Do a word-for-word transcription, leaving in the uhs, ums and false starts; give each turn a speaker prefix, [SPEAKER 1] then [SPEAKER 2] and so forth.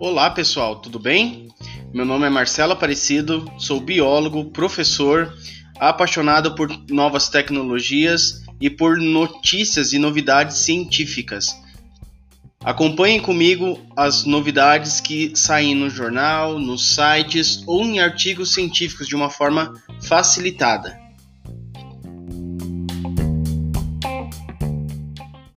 [SPEAKER 1] Olá pessoal, tudo bem? Meu nome é Marcelo Aparecido, sou biólogo, professor, apaixonado por novas tecnologias e por notícias e novidades científicas. Acompanhem comigo as novidades que saem no jornal, nos sites ou em artigos científicos de uma forma facilitada.